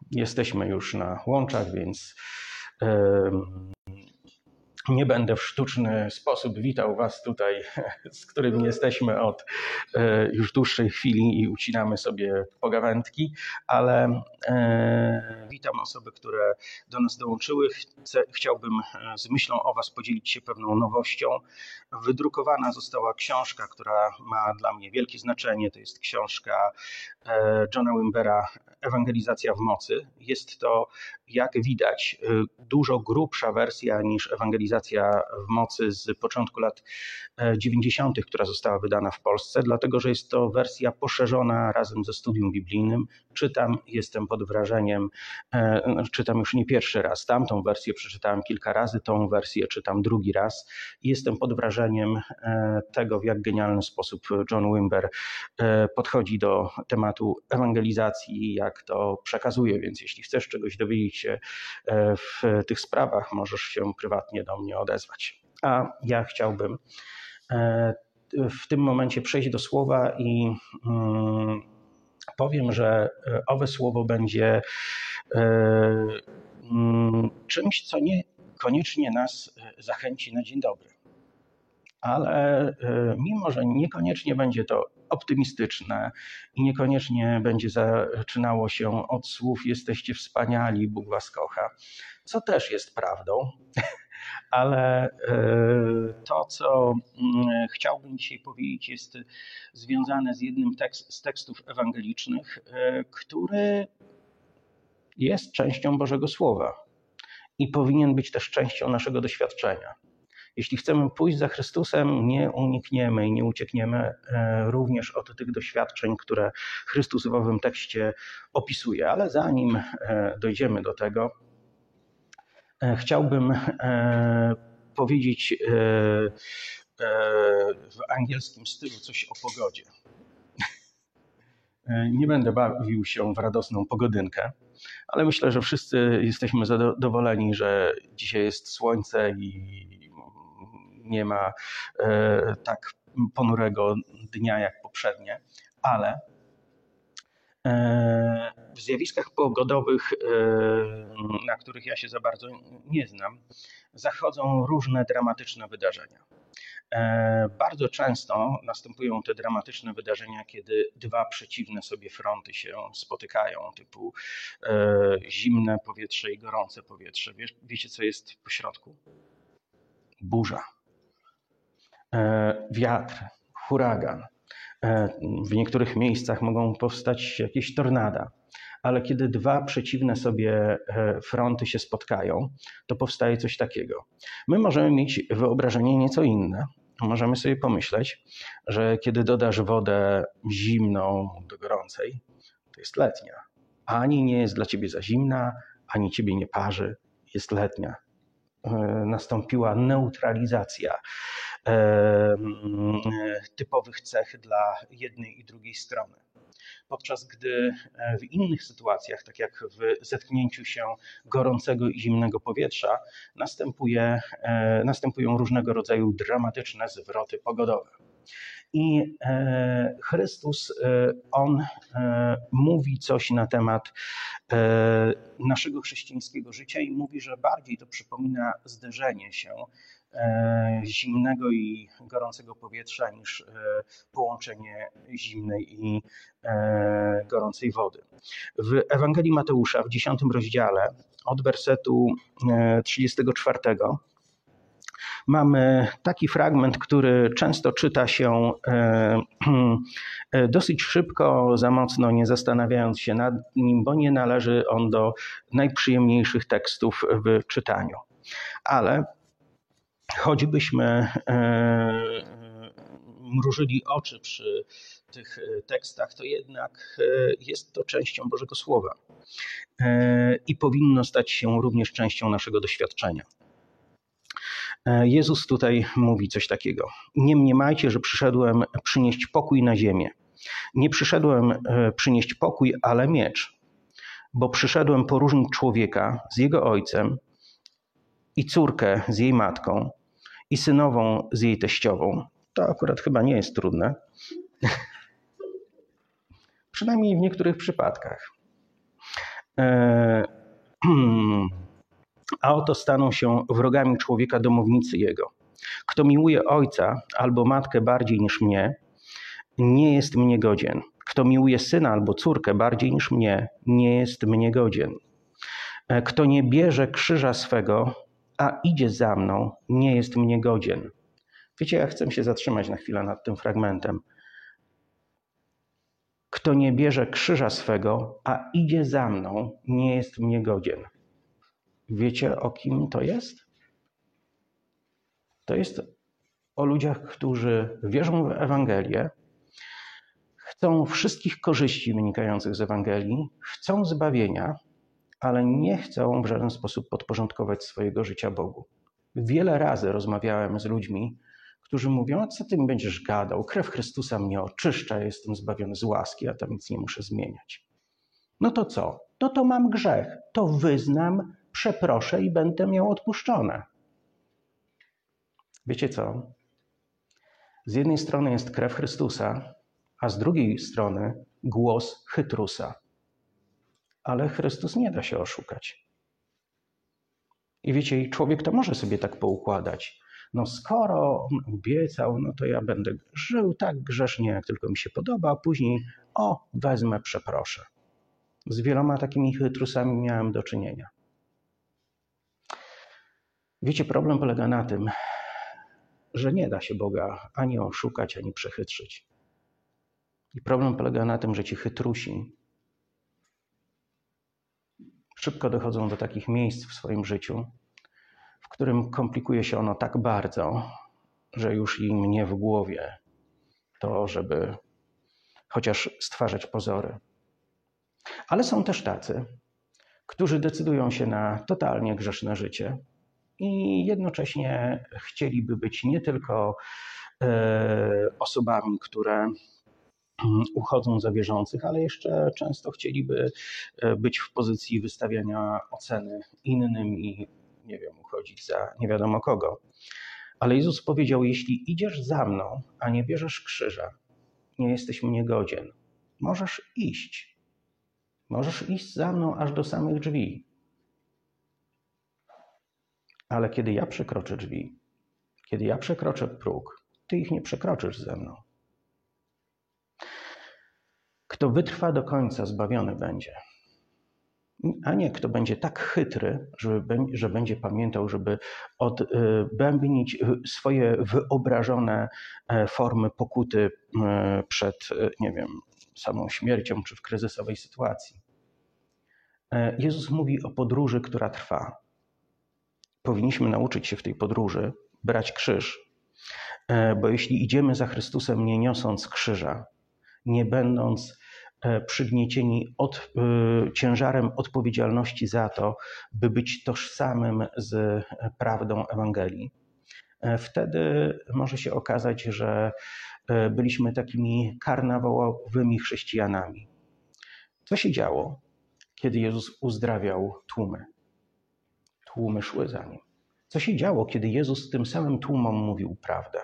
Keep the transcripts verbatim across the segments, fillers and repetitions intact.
Jesteśmy już na łączach, więc nie będę w sztuczny sposób witał Was tutaj, z którymi jesteśmy od już dłuższej chwili i ucinamy sobie pogawędki, ale witam osoby, które do nas dołączyły. Chcę, chciałbym z myślą o Was podzielić się pewną nowością. Wydrukowana została książka, która ma dla mnie wielkie znaczenie. To jest książka Johna Wimbera Ewangelizacja w mocy. Jest to, jak widać, dużo grubsza wersja niż Ewangelizacja w mocy z początku lat dziewięćdziesiątych, która została wydana w Polsce, dlatego że jest to wersja poszerzona razem ze studium biblijnym. Czytam, jestem pod wrażeniem, czytam już nie pierwszy raz. Tamtą wersję przeczytałem kilka razy, tą wersję czytam drugi raz i jestem pod wrażeniem tego, w jak genialny sposób John Wimber podchodzi do tematu ewangelizacji, jak to przekazuje, więc jeśli chcesz czegoś dowiedzieć się w tych sprawach, możesz się prywatnie do mnie odezwać. A ja chciałbym w tym momencie przejść do słowa i powiem, że owe słowo będzie czymś, co niekoniecznie nas zachęci na dzień dobry. Ale mimo, że niekoniecznie będzie to optymistyczne i niekoniecznie będzie zaczynało się od słów jesteście wspaniali, Bóg was kocha, co też jest prawdą, ale to, co chciałbym dzisiaj powiedzieć, jest związane z jednym tekst, z tekstów ewangelicznych, który jest częścią Bożego Słowa i powinien być też częścią naszego doświadczenia. Jeśli chcemy pójść za Chrystusem, nie unikniemy i nie uciekniemy również od tych doświadczeń, które Chrystus w owym tekście opisuje. Ale zanim dojdziemy do tego, chciałbym powiedzieć w angielskim stylu coś o pogodzie. Nie będę bawił się w radosną pogodynkę, ale myślę, że wszyscy jesteśmy zadowoleni, że dzisiaj jest słońce i nie ma tak ponurego dnia jak poprzednie, ale w zjawiskach pogodowych, na których ja się za bardzo nie znam, zachodzą różne dramatyczne wydarzenia. Bardzo często następują te dramatyczne wydarzenia, kiedy dwa przeciwne sobie fronty się spotykają, typu zimne powietrze i gorące powietrze. Wie, wiecie, co jest w środku? Burza, wiatr, huragan. W niektórych miejscach mogą powstać jakieś tornada, ale kiedy dwa przeciwne sobie fronty się spotkają, to powstaje coś takiego. My możemy mieć wyobrażenie nieco inne. Możemy sobie pomyśleć, że kiedy dodasz wodę zimną do gorącej, to jest letnia. Ani nie jest dla ciebie za zimna, ani ciebie nie parzy, jest letnia. Nastąpiła neutralizacja typowych cech dla jednej i drugiej strony. Podczas gdy w innych sytuacjach, tak jak w zetknięciu się gorącego i zimnego powietrza, następuje, następują różnego rodzaju dramatyczne zwroty pogodowe. I Chrystus, On mówi coś na temat naszego chrześcijańskiego życia i mówi, że bardziej to przypomina zderzenie się zimnego i gorącego powietrza niż połączenie zimnej i gorącej wody. W Ewangelii Mateusza w dziesiątym rozdziale od wersetu trzydziestego czwartego mamy taki fragment, który często czyta się dosyć szybko, za mocno, nie zastanawiając się nad nim, bo nie należy on do najprzyjemniejszych tekstów w czytaniu. Ale choćbyśmy mrużyli oczy przy tych tekstach, to jednak jest to częścią Bożego Słowa i powinno stać się również częścią naszego doświadczenia. Jezus tutaj mówi coś takiego. Nie mniemajcie, że przyszedłem przynieść pokój na ziemię. Nie przyszedłem przynieść pokój, ale miecz, bo przyszedłem poróżnić człowieka z jego ojcem i córkę z jej matką i synową z jej teściową. To akurat chyba nie jest trudne. Przynajmniej w niektórych przypadkach. A oto staną się wrogami człowieka domownicy jego. Kto miłuje ojca albo matkę bardziej niż mnie, nie jest mnie godzien. Kto miłuje syna albo córkę bardziej niż mnie, nie jest mnie godzien. Kto nie bierze krzyża swego, a idzie za mną, nie jest mnie godzien. Wiecie, ja chcę się zatrzymać na chwilę nad tym fragmentem. Kto nie bierze krzyża swego, a idzie za mną, nie jest mnie godzien. Wiecie, o kim to jest? To jest o ludziach, którzy wierzą w Ewangelię, chcą wszystkich korzyści wynikających z Ewangelii, chcą zbawienia, ale nie chcą w żaden sposób podporządkować swojego życia Bogu. Wiele razy rozmawiałem z ludźmi, którzy mówią: a co ty mi będziesz gadał? Krew Chrystusa mnie oczyszcza, jestem zbawiony z łaski, a tam nic nie muszę zmieniać. No to co? No to mam grzech, to wyznam, przeproszę i będę miał odpuszczone. Wiecie co? Z jednej strony jest krew Chrystusa, a z drugiej strony głos chytrusa. Ale Chrystus nie da się oszukać. I wiecie, człowiek to może sobie tak poukładać. No skoro on obiecał, no to ja będę żył tak grzesznie, jak tylko mi się podoba, a później o, wezmę, przeproszę. Z wieloma takimi chytrusami miałem do czynienia. Wiecie, problem polega na tym, że nie da się Boga ani oszukać, ani przechytrzyć. I problem polega na tym, że ci chytrusi szybko dochodzą do takich miejsc w swoim życiu, w którym komplikuje się ono tak bardzo, że już im nie w głowie to, żeby chociaż stwarzać pozory. Ale są też tacy, którzy decydują się na totalnie grzeszne życie i jednocześnie chcieliby być nie tylko e, osobami, które uchodzą za wierzących, ale jeszcze często chcieliby być w pozycji wystawiania oceny innym i, nie wiem, uchodzić za nie wiadomo kogo. Ale Jezus powiedział: jeśli idziesz za mną, a nie bierzesz krzyża, nie jesteś mnie godzien. Możesz iść. Możesz iść za mną aż do samych drzwi. Ale kiedy ja przekroczę drzwi, kiedy ja przekroczę próg, ty ich nie przekroczysz ze mną. Kto wytrwa do końca, zbawiony będzie. A nie kto będzie tak chytry, żeby, że będzie pamiętał, żeby odbębnić swoje wyobrażone formy pokuty przed, nie wiem, samą śmiercią czy w kryzysowej sytuacji. Jezus mówi o podróży, która trwa. Powinniśmy nauczyć się w tej podróży brać krzyż, bo jeśli idziemy za Chrystusem, nie niosąc krzyża, nie będąc przygniecieni od, y, ciężarem odpowiedzialności za to, by być tożsamym z prawdą Ewangelii, wtedy może się okazać, że byliśmy takimi karnawałowymi chrześcijanami. Co się działo, kiedy Jezus uzdrawiał tłumy? Tłumy szły za Nim. Co się działo, kiedy Jezus tym samym tłumom mówił prawdę?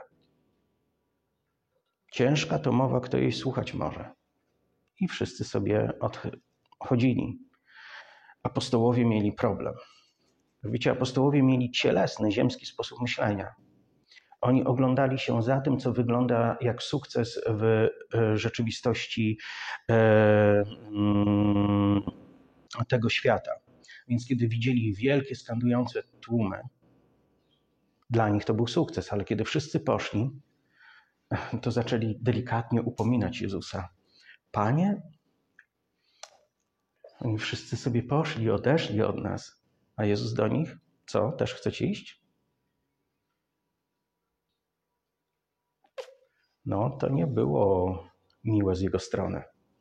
Ciężka to mowa, kto jej słuchać może. I wszyscy sobie odchodzili. Apostołowie mieli problem. Wiecie, apostołowie mieli cielesny, ziemski sposób myślenia. Oni oglądali się za tym, co wygląda jak sukces w rzeczywistości tego świata. Więc kiedy widzieli wielkie, skandujące tłumy, dla nich to był sukces, ale kiedy wszyscy poszli, to zaczęli delikatnie upominać Jezusa. Panie, oni wszyscy sobie poszli, odeszli od nas, a Jezus do nich: co, też chcecie iść? No, to nie było miłe z jego strony.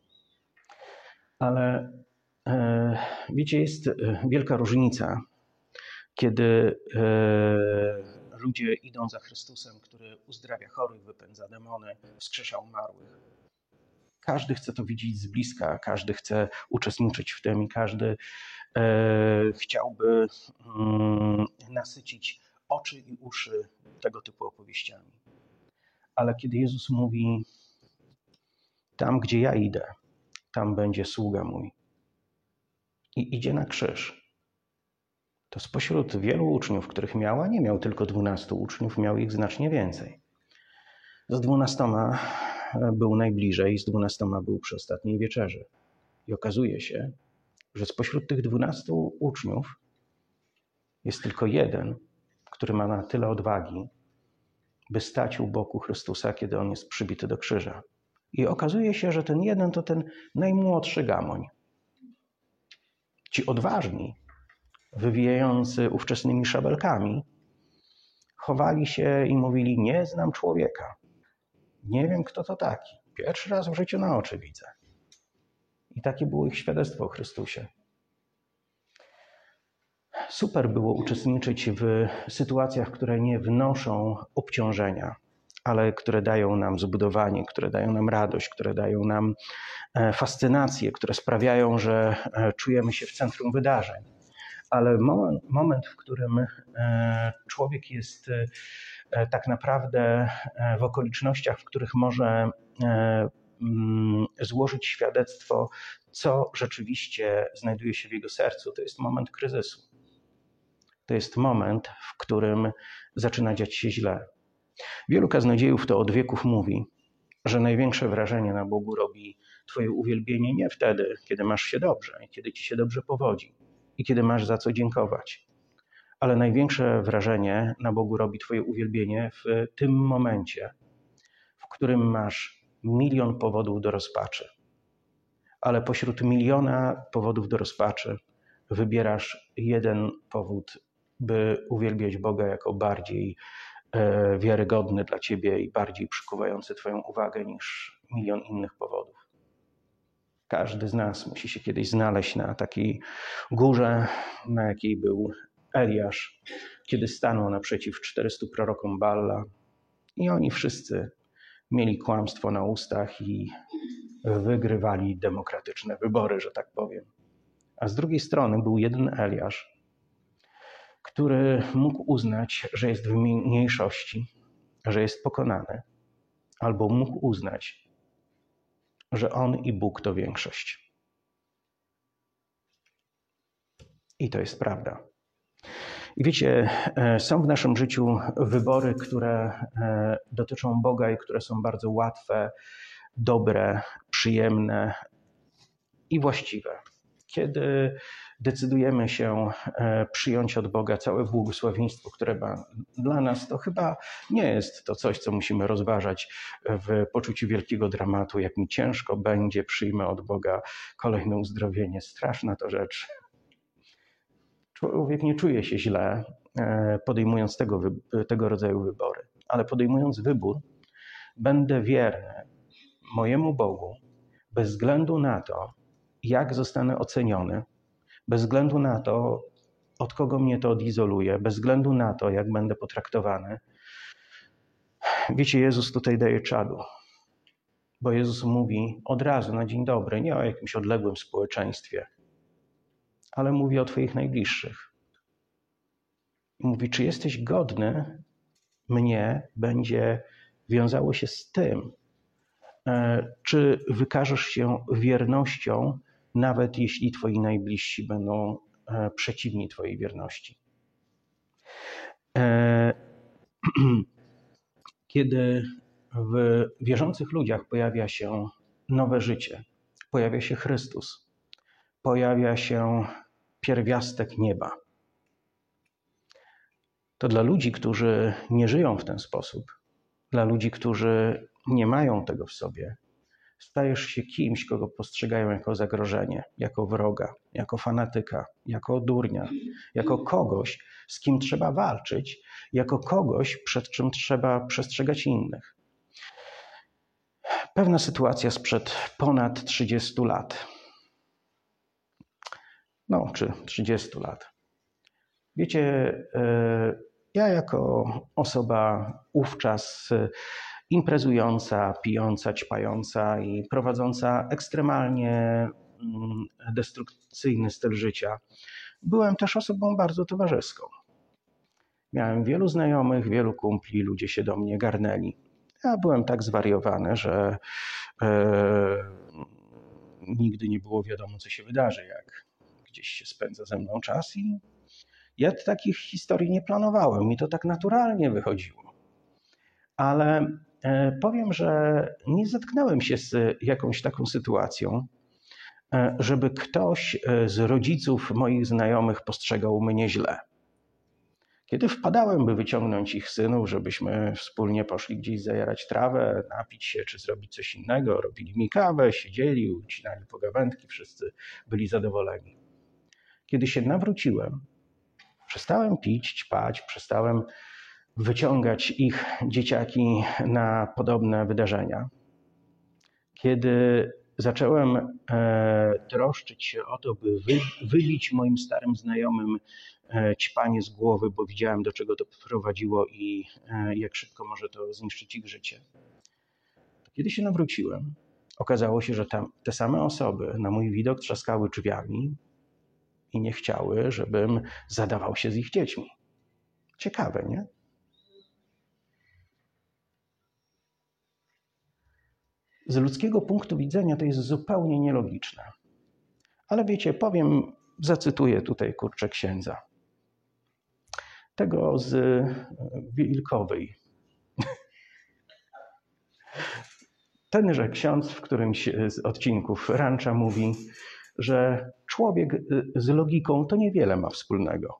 Ale e, wiecie, jest wielka różnica, kiedy e, ludzie idą za Chrystusem, który uzdrawia chorych, wypędza demony, wskrzesza umarłych. Każdy chce to widzieć z bliska, każdy chce uczestniczyć w tym i każdy e, chciałby mm, nasycić oczy i uszy tego typu opowieściami. Ale kiedy Jezus mówi: tam, gdzie ja idę, tam będzie sługa mój. i idzie na krzyż, to spośród wielu uczniów, których miała, nie miał tylko dwunastu uczniów, miał ich znacznie więcej. Z dwunastoma był najbliżej, z dwunastoma był przy ostatniej wieczerzy. I okazuje się, że spośród tych dwunastu uczniów jest tylko jeden, który ma na tyle odwagi, by stać u boku Chrystusa, kiedy On jest przybity do krzyża. I okazuje się, że ten jeden to ten najmłodszy gamoń. Ci odważni, wywijający ówczesnymi szabelkami, chowali się i mówili: nie znam człowieka. Nie wiem, kto to taki. Pierwszy raz w życiu na oczy widzę. I takie było ich świadectwo o Chrystusie. Super było uczestniczyć w sytuacjach, które nie wnoszą obciążenia, ale które dają nam zbudowanie, które dają nam radość, które dają nam fascynację, które sprawiają, że czujemy się w centrum wydarzeń. Ale moment, moment, w którym człowiek jest tak naprawdę w okolicznościach, w których może złożyć świadectwo, co rzeczywiście znajduje się w jego sercu, to jest moment kryzysu. To jest moment, w którym zaczyna dziać się źle. Wielu kaznodziejów to od wieków mówi, że największe wrażenie na Bogu robi twoje uwielbienie nie wtedy, kiedy masz się dobrze i kiedy ci się dobrze powodzi i kiedy masz za co dziękować. Ale największe wrażenie na Bogu robi twoje uwielbienie w tym momencie, w którym masz milion powodów do rozpaczy. Ale pośród miliona powodów do rozpaczy wybierasz jeden powód, by uwielbiać Boga jako bardziej e, wiarygodny dla ciebie i bardziej przykuwający twoją uwagę niż milion innych powodów. Każdy z nas musi się kiedyś znaleźć na takiej górze, na jakiej był Eliasz, kiedy stanął naprzeciw czterystu prorokom Baala i oni wszyscy mieli kłamstwo na ustach i wygrywali demokratyczne wybory, że tak powiem. A z drugiej strony był jeden Eliasz, który mógł uznać, że jest w mniejszości, że jest pokonany, albo mógł uznać, że on i Bóg to większość. I to jest prawda. I wiecie, są w naszym życiu wybory, które dotyczą Boga i które są bardzo łatwe, dobre, przyjemne i właściwe. Kiedy decydujemy się przyjąć od Boga całe błogosławieństwo, które ma dla nas, to chyba nie jest to coś, co musimy rozważać w poczuciu wielkiego dramatu, jak mi ciężko będzie, przyjmę od Boga kolejne uzdrowienie. Straszna to rzecz. Człowiek nie czuje się źle, podejmując tego, tego rodzaju wybory, ale podejmując wybór, będę wierny mojemu Bogu bez względu na to, jak zostanę oceniony, bez względu na to, od kogo mnie to odizoluje, bez względu na to, jak będę potraktowany. Wiecie, Jezus tutaj daje czadu, bo Jezus mówi od razu na dzień dobry, nie o jakimś odległym społeczeństwie, ale mówi o twoich najbliższych. I mówi, czy jesteś godny mnie, będzie wiązało się z tym, czy wykażesz się wiernością, nawet jeśli twoi najbliżsi będą przeciwni twojej wierności. Kiedy w wierzących ludziach pojawia się nowe życie, pojawia się Chrystus, pojawia się pierwiastek nieba, to dla ludzi, którzy nie żyją w ten sposób, dla ludzi, którzy nie mają tego w sobie, stajesz się kimś, kogo postrzegają jako zagrożenie, jako wroga, jako fanatyka, jako durnia, jako kogoś, z kim trzeba walczyć, jako kogoś, przed czym trzeba przestrzegać innych. Pewna sytuacja sprzed ponad trzydziestu lat. No, czy trzydziestu lat. Wiecie, ja jako osoba wówczas imprezująca, pijąca, ćpająca i prowadząca ekstremalnie destrukcyjny styl życia, byłem też osobą bardzo towarzyską. Miałem wielu znajomych, wielu kumpli, ludzie się do mnie garnęli. Ja byłem tak zwariowany, że e, nigdy nie było wiadomo, co się wydarzy, jak gdzieś się spędza ze mną czas i ja takich historii nie planowałem. Mi to tak naturalnie wychodziło. Ale powiem, że nie zetknąłem się z jakąś taką sytuacją, żeby ktoś z rodziców moich znajomych postrzegał mnie źle. Kiedy wpadałem, by wyciągnąć ich synów, żebyśmy wspólnie poszli gdzieś zajarać trawę, napić się czy zrobić coś innego, robili mi kawę, siedzieli, ucinali pogawędki, wszyscy byli zadowoleni. Kiedy się nawróciłem, przestałem pić, ćpać, przestałem wyciągać ich dzieciaki na podobne wydarzenia. Kiedy zacząłem e, troszczyć się o to, by wy, wybić moim starym znajomym e, ćpanie z głowy, bo widziałem, do czego to prowadziło i e, jak szybko może to zniszczyć ich życie. Kiedy się nawróciłem, okazało się, że tam te same osoby na mój widok trzaskały drzwiami i nie chciały, żebym zadawał się z ich dziećmi. Ciekawe, nie? Z ludzkiego punktu widzenia to jest zupełnie nielogiczne. Ale wiecie, powiem, zacytuję tutaj kurczę księdza. Tego z Wilkowej. Tenże ksiądz w którymś z odcinków Rancza mówi, że człowiek z logiką to niewiele ma wspólnego.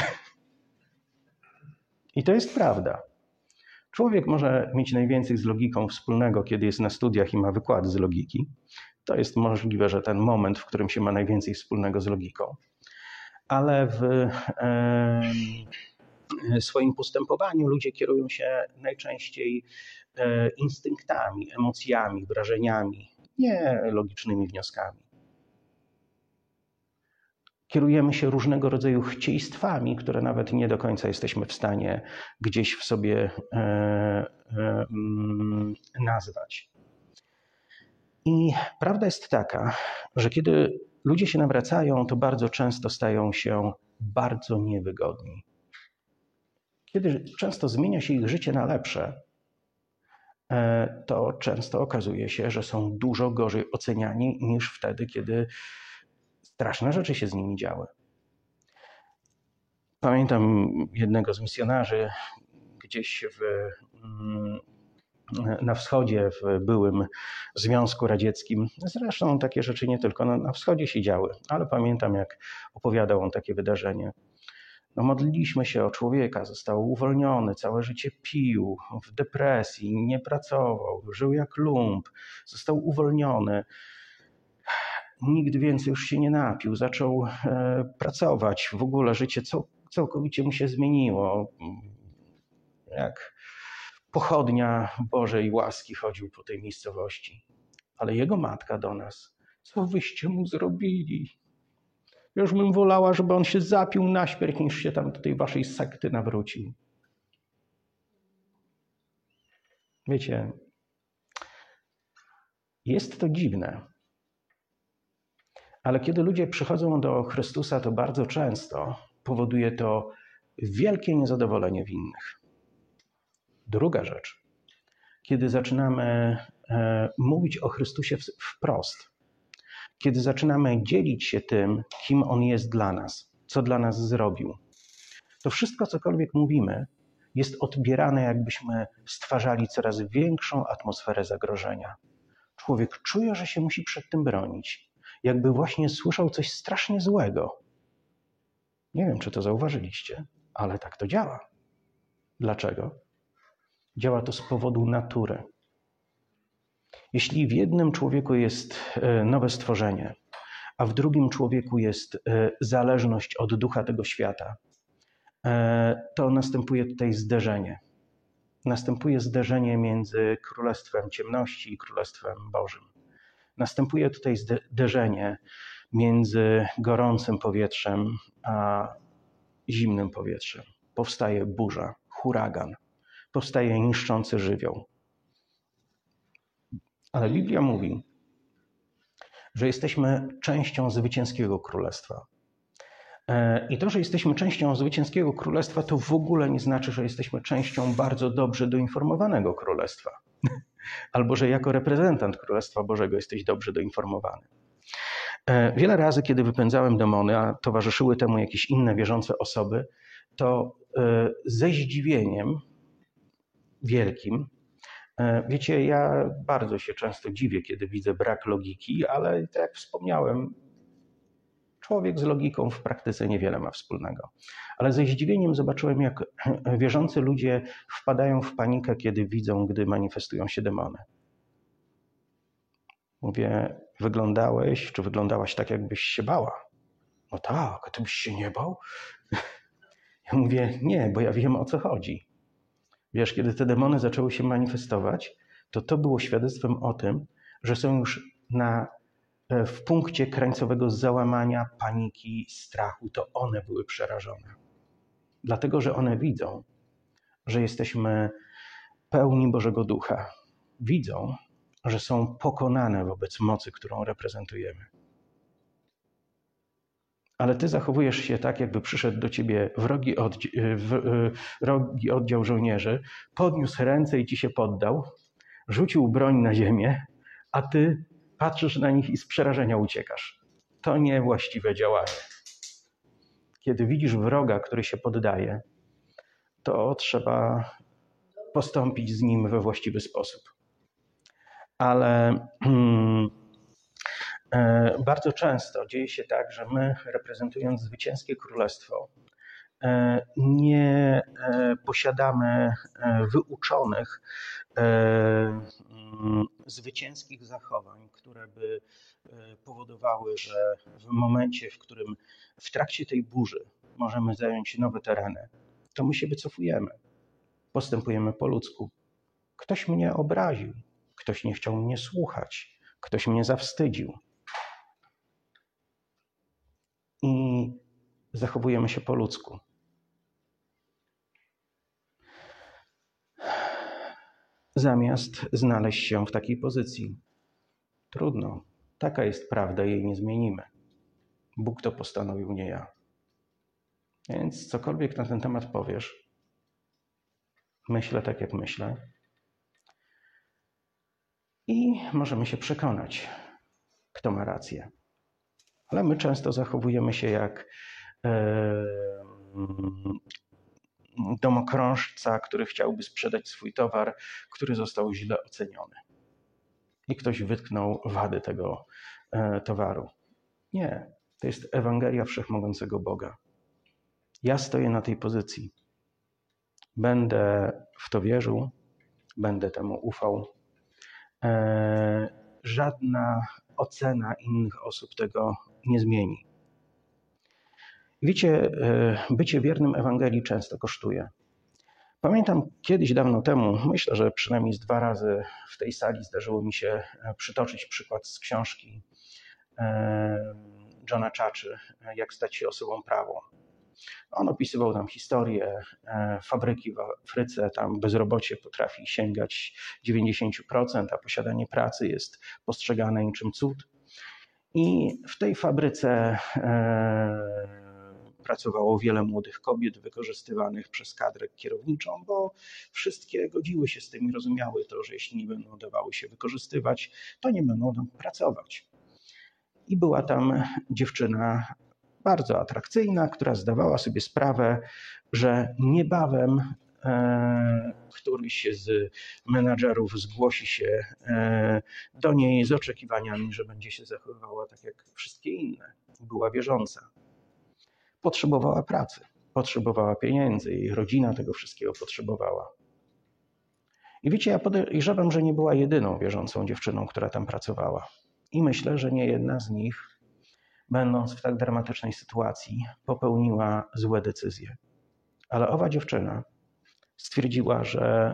I to jest prawda. Człowiek może mieć najwięcej z logiką wspólnego, kiedy jest na studiach i ma wykłady z logiki. To jest możliwe, że ten moment, w którym się ma najwięcej wspólnego z logiką. Ale w e, swoim postępowaniu ludzie kierują się najczęściej e, instynktami, emocjami, wrażeniami, nie logicznymi wnioskami. Kierujemy się różnego rodzaju chcieństwami, które nawet nie do końca jesteśmy w stanie gdzieś w sobie e, e, nazwać. I prawda jest taka, że kiedy ludzie się nawracają, to bardzo często stają się bardzo niewygodni. Kiedy często zmienia się ich życie na lepsze, e, to często okazuje się, że są dużo gorzej oceniani niż wtedy, kiedy straszne rzeczy się z nimi działy. Pamiętam jednego z misjonarzy gdzieś w, na wschodzie, w byłym Związku Radzieckim. Zresztą takie rzeczy nie tylko na, na wschodzie się działy, ale pamiętam, jak opowiadał on takie wydarzenie. No, modliliśmy się o człowieka, został uwolniony, całe życie pił, w depresji, nie pracował, żył jak lump, został uwolniony. Nigdy więcej już się nie napił, zaczął e, pracować. W ogóle życie cał, całkowicie mu się zmieniło. Jak pochodnia Bożej łaski chodził po tej miejscowości. Ale jego matka do nas: co wyście mu zrobili? Już bym wolała, żeby on się zapił na śmierć, niż się tam do tej waszej sekty nawrócił. Wiecie, jest to dziwne. Ale kiedy ludzie przychodzą do Chrystusa, to bardzo często powoduje to wielkie niezadowolenie w innych. Druga rzecz. Kiedy zaczynamy e, mówić o Chrystusie wprost, kiedy zaczynamy dzielić się tym, kim On jest dla nas, co dla nas zrobił, to wszystko, cokolwiek mówimy, jest odbierane, jakbyśmy stwarzali coraz większą atmosferę zagrożenia. Człowiek czuje, że się musi przed tym bronić. Jakby właśnie słyszał coś strasznie złego. Nie wiem, czy to zauważyliście, ale tak to działa. Dlaczego? Działa to z powodu natury. Jeśli w jednym człowieku jest nowe stworzenie, a w drugim człowieku jest zależność od ducha tego świata, to następuje tutaj zderzenie. Następuje zderzenie między Królestwem Ciemności i Królestwem Bożym. Następuje tutaj zderzenie między gorącym powietrzem a zimnym powietrzem. Powstaje burza, huragan, powstaje niszczący żywioł. Ale Biblia mówi, że jesteśmy częścią zwycięskiego królestwa. I to, że jesteśmy częścią zwycięskiego królestwa, to w ogóle nie znaczy, że jesteśmy częścią bardzo dobrze doinformowanego królestwa. Albo że jako reprezentant Królestwa Bożego jesteś dobrze doinformowany. Wiele razy, kiedy wypędzałem demony, a towarzyszyły temu jakieś inne wierzące osoby, to ze zdziwieniem wielkim, wiecie, ja bardzo się często dziwię, kiedy widzę brak logiki, ale tak jak wspomniałem, człowiek z logiką w praktyce niewiele ma wspólnego. Ale ze zdziwieniem zobaczyłem, jak wierzący ludzie wpadają w panikę, kiedy widzą, gdy manifestują się demony. Mówię, wyglądałeś, czy wyglądałaś tak, jakbyś się bała? No tak, a ty byś się nie bał? Ja mówię, nie, bo ja wiem, o co chodzi. Wiesz, kiedy te demony zaczęły się manifestować, to to było świadectwem o tym, że są już na, w punkcie krańcowego załamania, paniki, strachu. To one były przerażone. Dlatego, że one widzą, że jesteśmy pełni Bożego Ducha. Widzą, że są pokonane wobec mocy, którą reprezentujemy. Ale ty zachowujesz się tak, jakby przyszedł do ciebie wrogi, oddział, wrogi oddział żołnierzy, podniósł ręce i ci się poddał, rzucił broń na ziemię, a ty patrzysz na nich i z przerażenia uciekasz. To niewłaściwe działanie. Kiedy widzisz wroga, który się poddaje, to trzeba postąpić z nim we właściwy sposób. Ale hmm, bardzo często dzieje się tak, że my, reprezentując zwycięskie królestwo, nie posiadamy wyuczonych, zwycięskich zachowań, które by powodowały, że w momencie, w którym w trakcie tej burzy możemy zająć nowe tereny, to my się wycofujemy. Postępujemy po ludzku. Ktoś mnie obraził, ktoś nie chciał mnie słuchać, ktoś mnie zawstydził. I zachowujemy się po ludzku. Zamiast znaleźć się w takiej pozycji. Trudno. Taka jest prawda, jej nie zmienimy. Bóg to postanowił, nie ja. Więc cokolwiek na ten temat powiesz, myślę tak, jak myślę. I możemy się przekonać, kto ma rację. Ale my często zachowujemy się jak e, domokrążca, który chciałby sprzedać swój towar, który został źle oceniony. I ktoś wytknął wady tego e, towaru. Nie, to jest Ewangelia Wszechmogącego Boga. Ja stoję na tej pozycji. Będę w to wierzył, będę temu ufał. E, żadna ocena innych osób tego nie zmieni. Wiecie, bycie wiernym Ewangelii często kosztuje. Pamiętam kiedyś dawno temu, myślę, że przynajmniej z dwa razy w tej sali zdarzyło mi się przytoczyć przykład z książki Johna Chaczy, Jak stać się osobą prawą. On opisywał tam historię fabryki w Afryce, tam bezrobocie potrafi sięgać dziewięćdziesiąt procent, a posiadanie pracy jest postrzegane niczym cud. I w tej fabryce pracowało wiele młodych kobiet wykorzystywanych przez kadrę kierowniczą, bo wszystkie godziły się z tym i rozumiały to, że jeśli nie będą dawały się wykorzystywać, to nie będą tam pracować. I była tam dziewczyna bardzo atrakcyjna, która zdawała sobie sprawę, że niebawem e, któryś z menadżerów zgłosi się e, do niej z oczekiwaniami, że będzie się zachowywała tak jak wszystkie inne. Była wierząca. Potrzebowała pracy, potrzebowała pieniędzy, jej rodzina tego wszystkiego potrzebowała. I wiecie, ja podejrzewam, że nie była jedyną wierzącą dziewczyną, która tam pracowała. I myślę, że nie jedna z nich, będąc w tak dramatycznej sytuacji, popełniła złe decyzje. Ale owa dziewczyna stwierdziła, że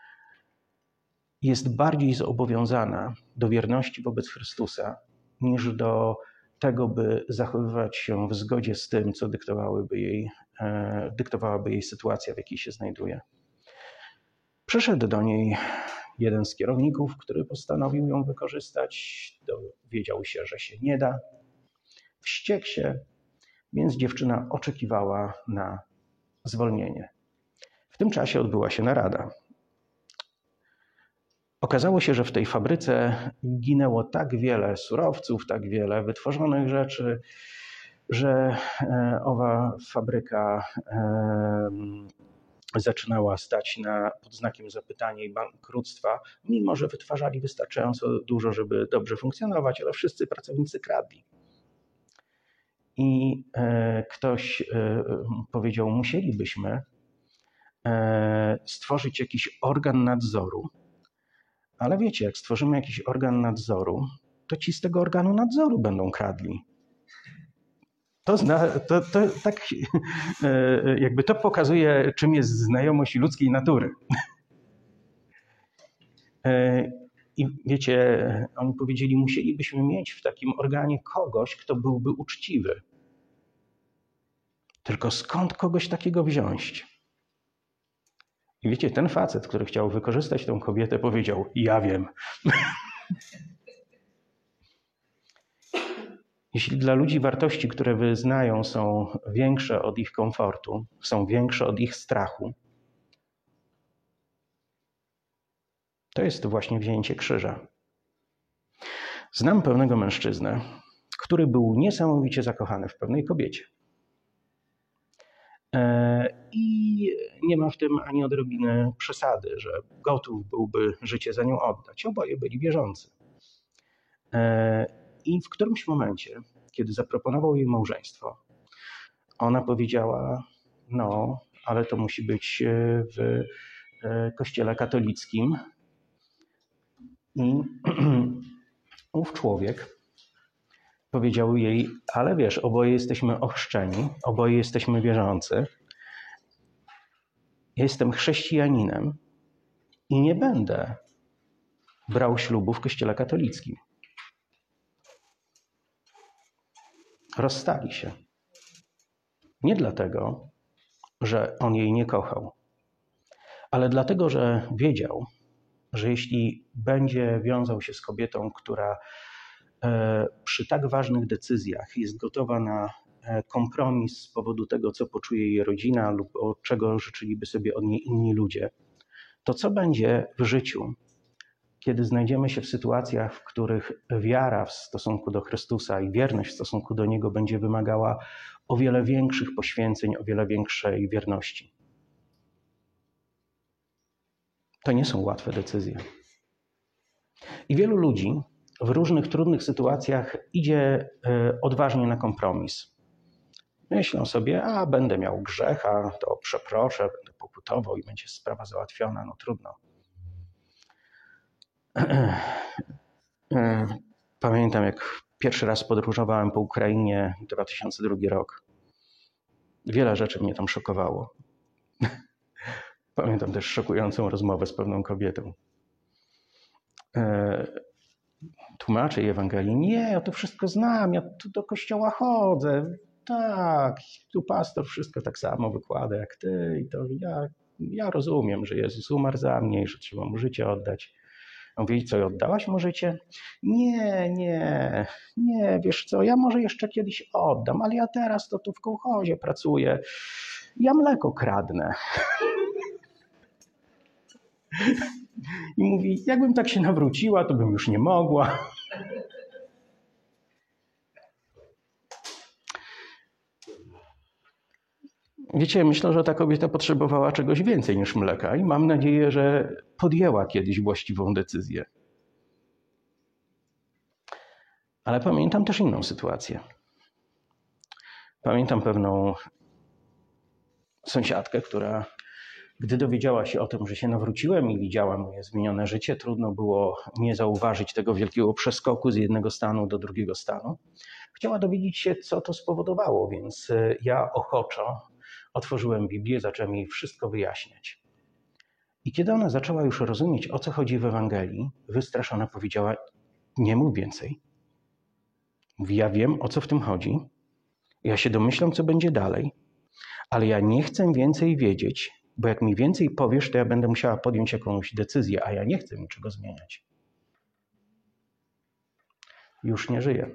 jest bardziej zobowiązana do wierności wobec Chrystusa, niż do tego, by zachowywać się w zgodzie z tym, co dyktowałyby jej, e, dyktowałaby jej sytuacja, w jakiej się znajduje. Przyszedł do niej jeden z kierowników, który postanowił ją wykorzystać. Dowiedział się, że się nie da. Wściekł się, więc dziewczyna oczekiwała na zwolnienie. W tym czasie odbyła się narada. Okazało się, że w tej fabryce ginęło tak wiele surowców, tak wiele wytworzonych rzeczy, że owa fabryka zaczynała stać na, pod znakiem zapytania i bankructwa, mimo że wytwarzali wystarczająco dużo, żeby dobrze funkcjonować, ale wszyscy pracownicy kradli. I ktoś powiedział, musielibyśmy stworzyć jakiś organ nadzoru, ale wiecie, jak stworzymy jakiś organ nadzoru, to ci z tego organu nadzoru będą kradli. To, zna, to, to tak jakby to pokazuje, czym jest znajomość ludzkiej natury. I wiecie, oni powiedzieli, musielibyśmy mieć w takim organie kogoś, kto byłby uczciwy. Tylko skąd kogoś takiego wziąć? I wiecie, ten facet, który chciał wykorzystać tą kobietę, powiedział, ja wiem. Jeśli dla ludzi wartości, które wyznają, są większe od ich komfortu, są większe od ich strachu, to jest to właśnie wzięcie krzyża. Znam pewnego mężczyznę, który był niesamowicie zakochany w pewnej kobiecie. I nie ma w tym ani odrobiny przesady, że gotów byłby życie za nią oddać. Oboje byli wierzący. I w którymś momencie, kiedy zaproponował jej małżeństwo, ona powiedziała, no, ale to musi być w kościele katolickim. I ów człowiek powiedział jej, ale wiesz, oboje jesteśmy ochrzczeni, oboje jesteśmy wierzący. Ja jestem chrześcijaninem i nie będę brał ślubu w kościele katolickim. Rozstali się. Nie dlatego, że on jej nie kochał, ale dlatego, że wiedział, że jeśli będzie wiązał się z kobietą, która przy tak ważnych decyzjach jest gotowa na kompromis z powodu tego, co poczuje jej rodzina lub od czego życzyliby sobie od niej inni ludzie, to co będzie w życiu, kiedy znajdziemy się w sytuacjach, w których wiara w stosunku do Chrystusa i wierność w stosunku do Niego będzie wymagała o wiele większych poświęceń, o wiele większej wierności. To nie są łatwe decyzje. I wielu ludzi w różnych trudnych sytuacjach idzie odważnie na kompromis. Myślą sobie, a będę miał grzecha, to przeproszę, będę pokutował i będzie sprawa załatwiona, no trudno. Pamiętam, jak pierwszy raz podróżowałem po Ukrainie, dwa tysiące drugi rok. Wiele rzeczy mnie tam szokowało. Pamiętam też szokującą rozmowę z pewną kobietą. Tłumaczę jej Ewangelii. Nie, ja to wszystko znam, ja tu do kościoła chodzę. Tak, tu pastor wszystko tak samo wykłada jak ty. I to ja, ja rozumiem, że Jezus umarł za mnie i że trzeba mu życie oddać. On mówi, co, oddałaś mu życie? Nie, nie, nie, wiesz co, ja może jeszcze kiedyś oddam, ale ja teraz to tu w kołchozie pracuję. Ja mleko kradnę. I mówi, jakbym tak się nawróciła, to bym już nie mogła. Wiecie, myślę, że ta kobieta potrzebowała czegoś więcej niż mleka i mam nadzieję, że podjęła kiedyś właściwą decyzję. Ale pamiętam też inną sytuację. Pamiętam pewną sąsiadkę, która gdy dowiedziała się o tym, że się nawróciłem i widziała moje zmienione życie, trudno było nie zauważyć tego wielkiego przeskoku z jednego stanu do drugiego stanu. Chciała dowiedzieć się, co to spowodowało, więc ja ochoczo otworzyłem Biblię, zacząłem jej wszystko wyjaśniać. I kiedy ona zaczęła już rozumieć, o co chodzi w Ewangelii, wystraszona powiedziała, nie mów więcej. Mówi, ja wiem, o co w tym chodzi. Ja się domyślam, co będzie dalej, ale ja nie chcę więcej wiedzieć, bo jak mi więcej powiesz, to ja będę musiała podjąć jakąś decyzję, a ja nie chcę niczego zmieniać. Już nie żyję.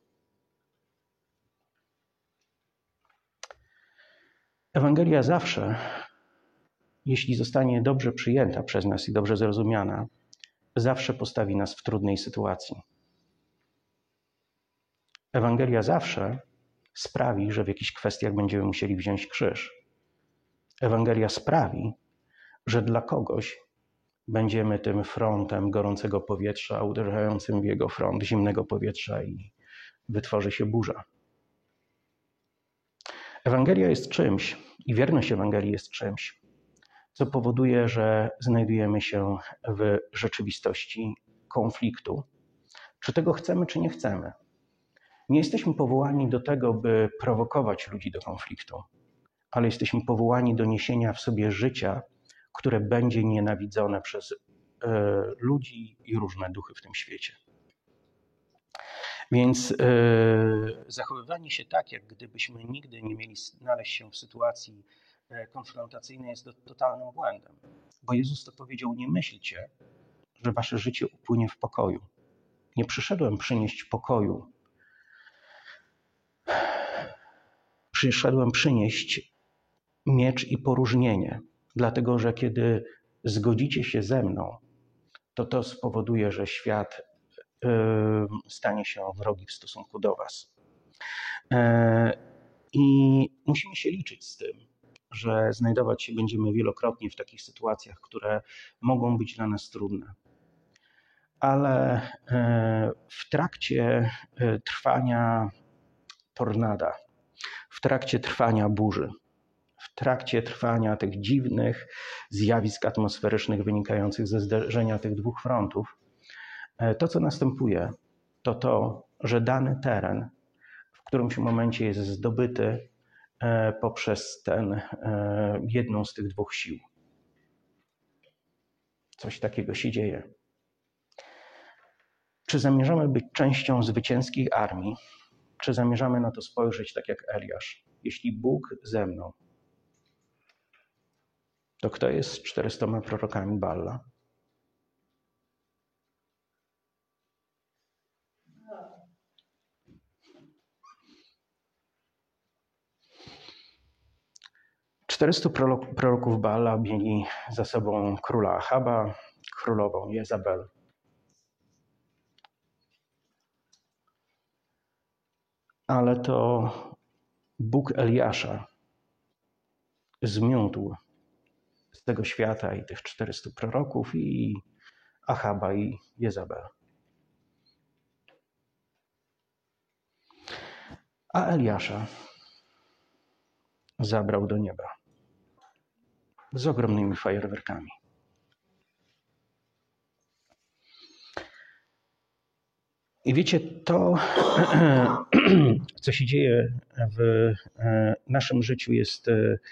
Ewangelia zawsze, jeśli zostanie dobrze przyjęta przez nas i dobrze zrozumiana, zawsze postawi nas w trudnej sytuacji. Ewangelia zawsze sprawi, że w jakichś kwestiach będziemy musieli wziąć krzyż. Ewangelia sprawi, że dla kogoś będziemy tym frontem gorącego powietrza, uderzającym w jego front zimnego powietrza i wytworzy się burza. Ewangelia jest czymś, i wierność Ewangelii jest czymś, co powoduje, że znajdujemy się w rzeczywistości konfliktu. Czy tego chcemy, czy nie chcemy. Nie jesteśmy powołani do tego, by prowokować ludzi do konfliktu, ale jesteśmy powołani do niesienia w sobie życia, które będzie nienawidzone przez y, ludzi i różne duchy w tym świecie. Więc y, zachowywanie się tak, jak gdybyśmy nigdy nie mieli znaleźć się w sytuacji konfrontacyjnej, jest totalnym błędem. Bo Jezus to powiedział: nie myślcie, że wasze życie upłynie w pokoju. Nie przyszedłem przynieść pokoju. Przyszedłem przynieść miecz i poróżnienie, dlatego że kiedy zgodzicie się ze mną, to to spowoduje, że świat y, stanie się wrogi w stosunku do was. Y, I musimy się liczyć z tym, że znajdować się będziemy wielokrotnie w takich sytuacjach, które mogą być dla nas trudne. Ale y, w trakcie y, trwania tornada, w trakcie trwania burzy, w trakcie trwania tych dziwnych zjawisk atmosferycznych wynikających ze zderzenia tych dwóch frontów, to, co następuje, to to, że dany teren w którymś momencie jest zdobyty poprzez ten, jedną z tych dwóch sił. Coś takiego się dzieje. Czy zamierzamy być częścią zwycięskiej armii, czy zamierzamy na to spojrzeć tak jak Eliasz? Jeśli Bóg ze mną, to kto jest z czterystoma prorokami Baala? czterystu proroków Baala mieli za sobą króla Achaba, królową Jezabel. Ale to Bóg Eliasza zmiótł z tego świata i tych czterystu proroków, i Achaba, i Jezabel. A Eliasza zabrał do nieba z ogromnymi fajerwerkami. I wiecie, to, co się dzieje w naszym życiu, jest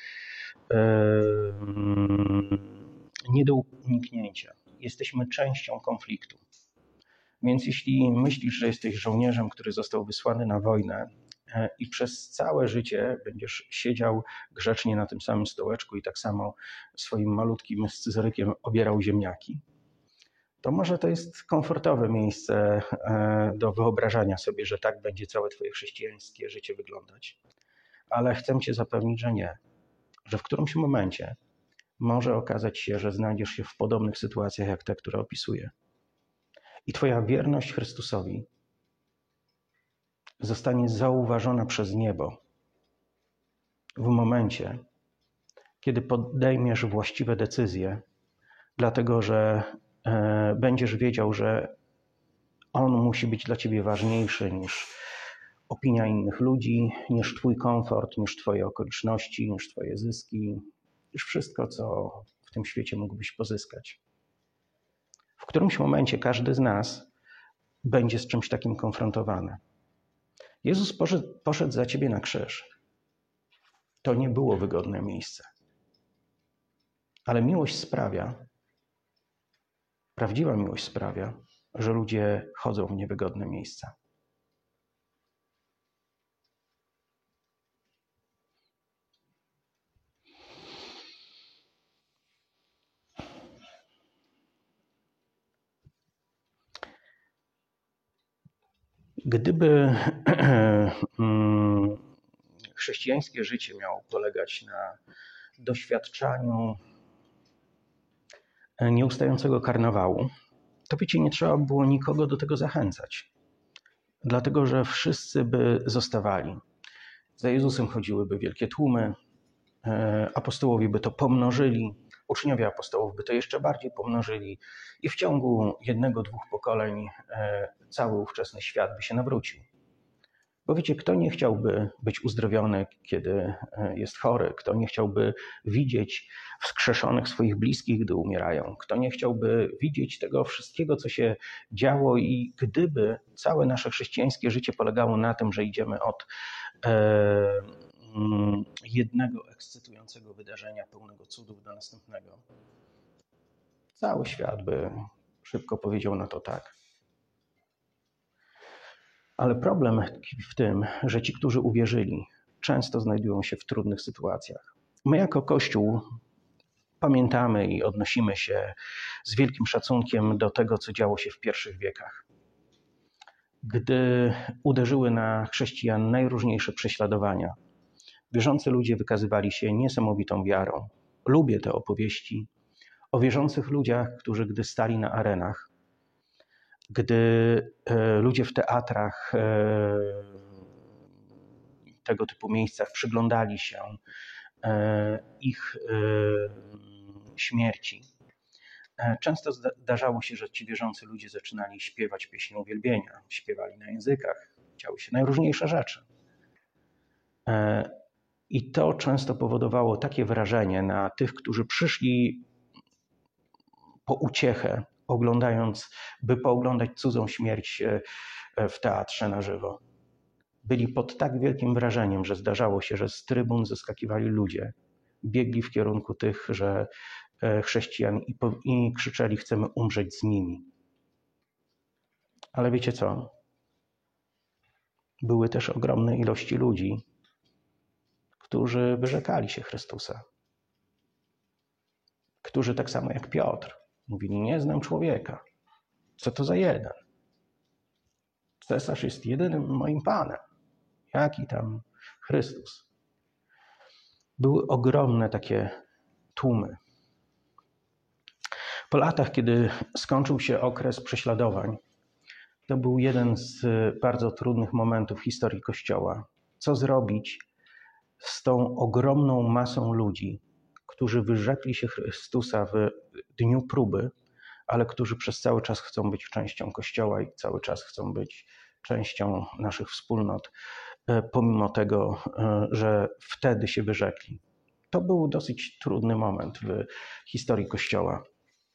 nie do uniknięcia. Jesteśmy częścią konfliktu. Więc jeśli myślisz, że jesteś żołnierzem, który został wysłany na wojnę i przez całe życie będziesz siedział grzecznie na tym samym stołeczku i tak samo swoim malutkim scyzorykiem obierał ziemniaki, to może to jest komfortowe miejsce do wyobrażania sobie, że tak będzie całe twoje chrześcijańskie życie wyglądać. Ale chcę cię zapewnić, że nie. Że w którymś momencie może okazać się, że znajdziesz się w podobnych sytuacjach jak te, które opisuję. I twoja wierność Chrystusowi zostanie zauważona przez niebo w momencie, kiedy podejmiesz właściwe decyzje, dlatego że e, będziesz wiedział, że On musi być dla ciebie ważniejszy niż opinia innych ludzi, niż twój komfort, niż twoje okoliczności, niż twoje zyski, niż wszystko, co w tym świecie mógłbyś pozyskać. W którymś momencie każdy z nas będzie z czymś takim konfrontowany. Jezus poszedł, poszedł za ciebie na krzyż. To nie było wygodne miejsce. Ale miłość sprawia, prawdziwa miłość sprawia, że ludzie chodzą w niewygodne miejsca. Gdyby chrześcijańskie życie miało polegać na doświadczaniu nieustającego karnawału, to wiecie, nie trzeba było nikogo do tego zachęcać. Dlatego, że wszyscy by zostawali. Za Jezusem chodziłyby wielkie tłumy, apostołowie by to pomnożyli, uczniowie apostołów by to jeszcze bardziej pomnożyli i w ciągu jednego, dwóch pokoleń cały ówczesny świat by się nawrócił. Bo wiecie, kto nie chciałby być uzdrowiony, kiedy jest chory? Kto nie chciałby widzieć wskrzeszonych swoich bliskich, gdy umierają? Kto nie chciałby widzieć tego wszystkiego, co się działo i gdyby całe nasze chrześcijańskie życie polegało na tym, że idziemy od e, jednego ekscytującego wydarzenia pełnego cudów do następnego, cały świat by szybko powiedział na to tak. Ale problem tkwi w tym, że ci, którzy uwierzyli, często znajdują się w trudnych sytuacjach. My jako Kościół pamiętamy i odnosimy się z wielkim szacunkiem do tego, co działo się w pierwszych wiekach. Gdy uderzyły na chrześcijan najróżniejsze prześladowania, wierzący ludzie wykazywali się niesamowitą wiarą. Lubię te opowieści o wierzących ludziach, którzy gdy stali na arenach, gdy ludzie w teatrach, tego typu miejscach przyglądali się ich śmierci, często zdarzało się, że ci wierzący ludzie zaczynali śpiewać pieśni uwielbienia, śpiewali na językach, działy się najróżniejsze rzeczy. I to często powodowało takie wrażenie na tych, którzy przyszli po uciechę, oglądając, by pooglądać cudzą śmierć w teatrze na żywo. Byli pod tak wielkim wrażeniem, że zdarzało się, że z trybun zeskakiwali ludzie, biegli w kierunku tych, że chrześcijan i, po, i krzyczeli: chcemy umrzeć z nimi. Ale wiecie co? Były też ogromne ilości ludzi, którzy wyrzekali się Chrystusa. Którzy tak samo jak Piotr mówili: nie znam człowieka. Co to za jeden? Cesarz jest jedynym moim Panem. Jaki tam Chrystus? Były ogromne takie tłumy. Po latach, kiedy skończył się okres prześladowań, to był jeden z bardzo trudnych momentów w historii Kościoła. Co zrobić z tą ogromną masą ludzi, którzy wyrzekli się Chrystusa w dniu próby, ale którzy przez cały czas chcą być częścią Kościoła i cały czas chcą być częścią naszych wspólnot, pomimo tego, że wtedy się wyrzekli. To był dosyć trudny moment w historii Kościoła.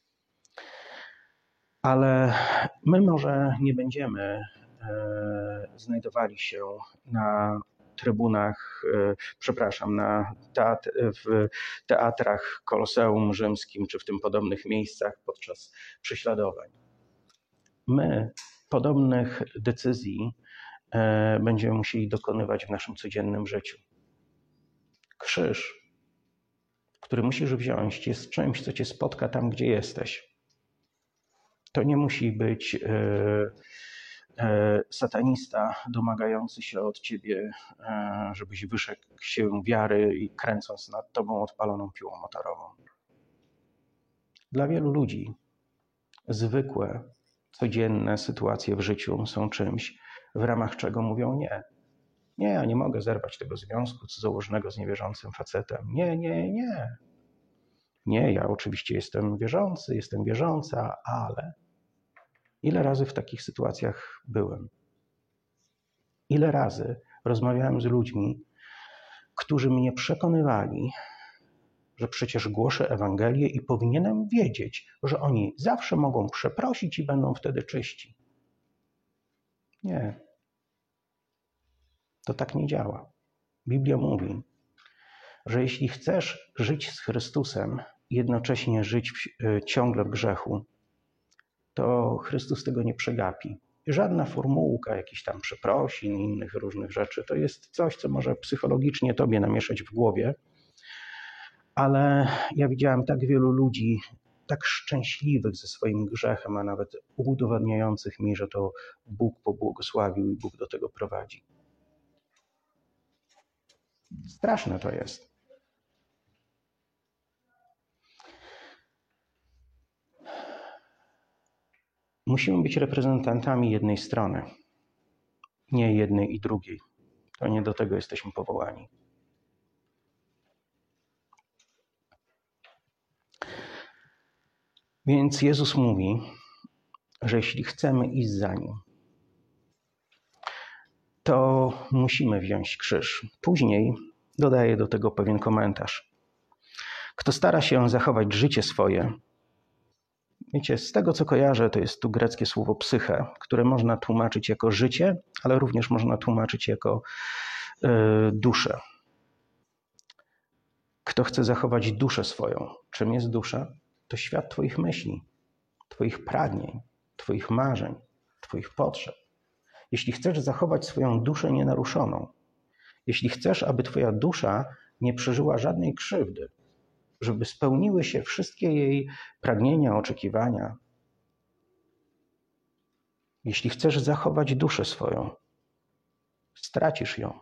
Ale my może nie będziemy znajdowali się na trybunach, przepraszam, na teatr, w teatrach Koloseum Rzymskim czy w tym podobnych miejscach podczas prześladowań. My podobnych decyzji będziemy musieli dokonywać w naszym codziennym życiu. Krzyż, który musisz wziąć, jest czymś, co cię spotka tam, gdzie jesteś. To nie musi być satanista domagający się od ciebie, żebyś wyszedł się wiary i kręcąc nad tobą odpaloną piłą motorową. Dla wielu ludzi zwykłe, codzienne sytuacje w życiu są czymś, w ramach czego mówią: nie. Nie, ja nie mogę zerwać tego związku cudzołożnego z niewierzącym facetem. Nie, nie, nie. Nie, ja oczywiście jestem wierzący, jestem wierząca, ale ile razy w takich sytuacjach byłem? Ile razy rozmawiałem z ludźmi, którzy mnie przekonywali, że przecież głoszę Ewangelię i powinienem wiedzieć, że oni zawsze mogą przeprosić i będą wtedy czyści. Nie. To tak nie działa. Biblia mówi, że jeśli chcesz żyć z Chrystusem i jednocześnie żyć w, ciągle w grzechu, to Chrystus tego nie przegapi. Żadna formułka jakichś tam przeprosin i innych różnych rzeczy to jest coś, co może psychologicznie tobie namieszać w głowie, ale ja widziałem tak wielu ludzi, tak szczęśliwych ze swoim grzechem, a nawet udowadniających mi, że to Bóg pobłogosławił i Bóg do tego prowadzi. Straszne to jest. Musimy być reprezentantami jednej strony, nie jednej i drugiej. To nie do tego jesteśmy powołani. Więc Jezus mówi, że jeśli chcemy iść za Nim, to musimy wziąć krzyż. Później dodaje do tego pewien komentarz. Kto stara się zachować życie swoje, wiecie, z tego co kojarzę, to jest tu greckie słowo psyche, które można tłumaczyć jako życie, ale również można tłumaczyć jako y, duszę. Kto chce zachować duszę swoją, czym jest dusza? To świat twoich myśli, twoich pragnień, twoich marzeń, twoich potrzeb. Jeśli chcesz zachować swoją duszę nienaruszoną, jeśli chcesz, aby twoja dusza nie przeżyła żadnej krzywdy, żeby spełniły się wszystkie jej pragnienia, oczekiwania, jeśli chcesz zachować duszę swoją, stracisz ją.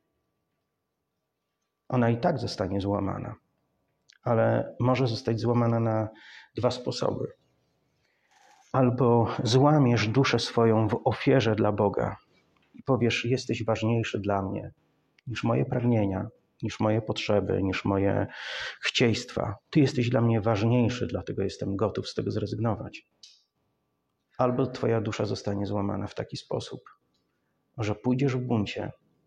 Ona i tak zostanie złamana, ale może zostać złamana na dwa sposoby. Albo złamiesz duszę swoją w ofierze dla Boga i powiesz, jesteś ważniejszy dla mnie niż moje pragnienia, niż moje potrzeby, niż moje chcieństwa. Ty jesteś dla mnie ważniejszy, dlatego jestem gotów z tego zrezygnować. Albo twoja dusza zostanie złamana w taki sposób, że pójdziesz w buncie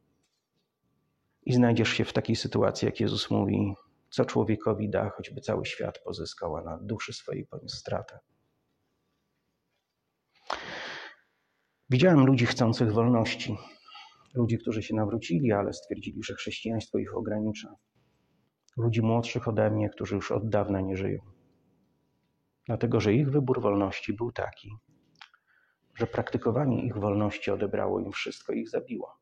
i znajdziesz się w takiej sytuacji, jak Jezus mówi, co człowiekowi da, choćby cały świat pozyskał, a na duszy swojej poniósł stratę. Widziałem ludzi chcących wolności. Ludzi, którzy się nawrócili, ale stwierdzili, że chrześcijaństwo ich ogranicza. Ludzi młodszych ode mnie, którzy już od dawna nie żyją. Dlatego, że ich wybór wolności był taki, że praktykowanie ich wolności odebrało im wszystko i ich zabiło.